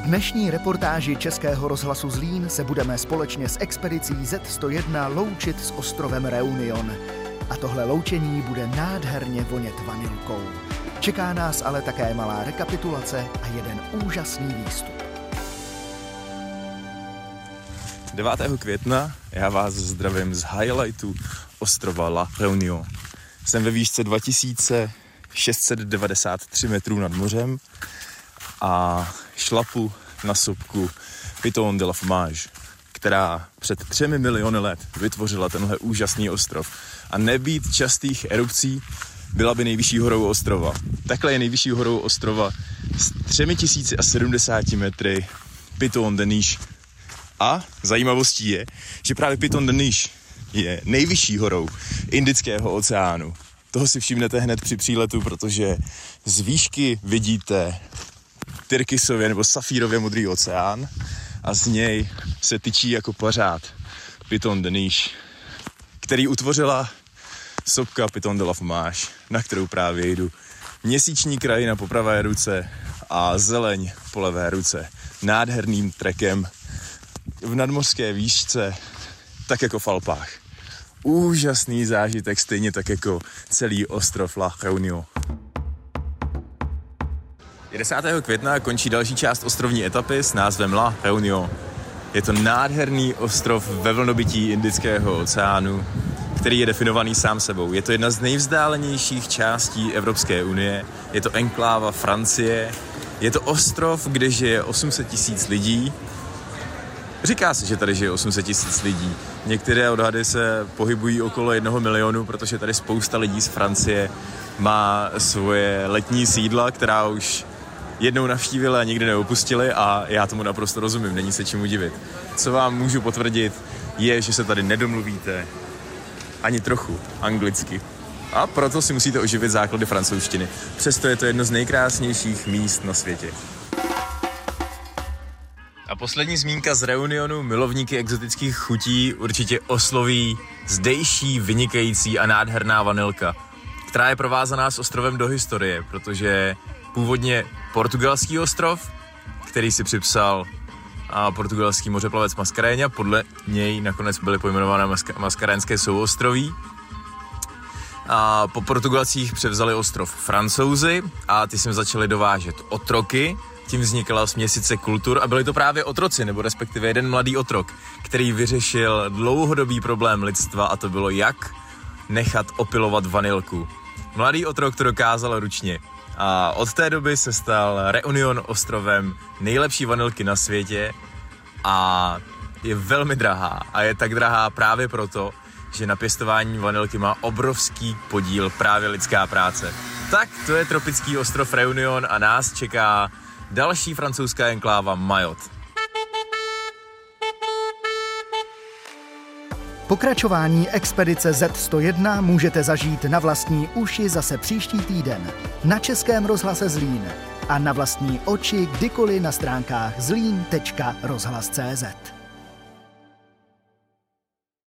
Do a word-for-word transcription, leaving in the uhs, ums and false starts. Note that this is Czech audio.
dnešní reportáži Českého rozhlasu Zlín se budeme společně s expedicí zet sto jedna loučit s ostrovem Reunion. A tohle loučení bude nádherně vonět vanilkou. Čeká nás ale také malá rekapitulace a jeden úžasný výstup. devátého května já vás zdravím z highlightu ostrova La Réunion. Jsem ve výšce dva tisíce šest set devadesát tři metrů nad mořem a šlapu na sopku Piton de la Fourmage, která před třemi miliony let vytvořila tenhle úžasný ostrov. A nebýt častých erupcí, byla by nejvyšší horou ostrova. Takhle je nejvyšší horou ostrova s třemi tisíci sedmdesáti metry Piton de Niche. A zajímavostí je, že právě Piton de Niche je nejvyšší horou Indického oceánu. Toho si všimnete hned při příletu, protože z výšky vidíte tyrkysově nebo safírově modrý oceán a z něj se tyčí jako pařád Piton de Niche, který utvořila sopka Piton de la Fourmage, na kterou právě jdu. Měsíční krajina po pravé ruce a zeleň po levé ruce. Nádherným trekem v nadmořské výšce, tak jako v Alpách. Úžasný zážitek, stejně tak jako celý ostrov La Réunion. desátého května končí další část ostrovní etapy s názvem La Réunion. Je to nádherný ostrov ve vlnobytí Indického oceánu, který je definovaný sám sebou. Je to jedna z nejvzdálenějších částí Evropské unie, je to enkláva Francie, je to ostrov, kde žije osm set tisíc lidí. Říká se, že tady žije osm set tisíc lidí. Některé odhady se pohybují okolo jednoho milionu, protože tady spousta lidí z Francie má svoje letní sídla, která už jednou navštívili a nikdy neopustili a já tomu naprosto rozumím, není se čemu divit. Co vám můžu potvrdit, je, že se tady nedomluvíte ani trochu anglicky. A proto si musíte oživit základy francouzštiny. Přesto je to jedno z nejkrásnějších míst na světě. A poslední zmínka z Reunionu, milovníky exotických chutí určitě osloví zdejší, vynikající a nádherná vanilka, která je provázaná s ostrovem do historie, protože původně portugalský ostrov, který si připsal a portugalský mořeplavec Mascarenhas, podle něj nakonec byly pojmenované maska- Mascarenské souostroví. A po Portugalcích převzali ostrov Francouzi a ty sem začali dovážet otroky. Tím vznikala směsice kultur a byli to právě otroci, nebo respektive jeden mladý otrok, který vyřešil dlouhodobý problém lidstva a to bylo jak nechat opilovat vanilku. Mladý otrok to dokázal ručně a od té doby se stal Reunion ostrovem nejlepší vanilky na světě a je velmi drahá a je tak drahá právě proto, že na pěstování vanilky má obrovský podíl právě lidská práce. Tak to je tropický ostrov Reunion a nás čeká další francouzská enkláva Mayotte. Pokračování expedice zet sto jedna můžete zažít na vlastní uši zase příští týden na Českém rozhlase Zlín a na vlastní oči kdykoliv na stránkách zlín tečka rozhlas tečka cé zet.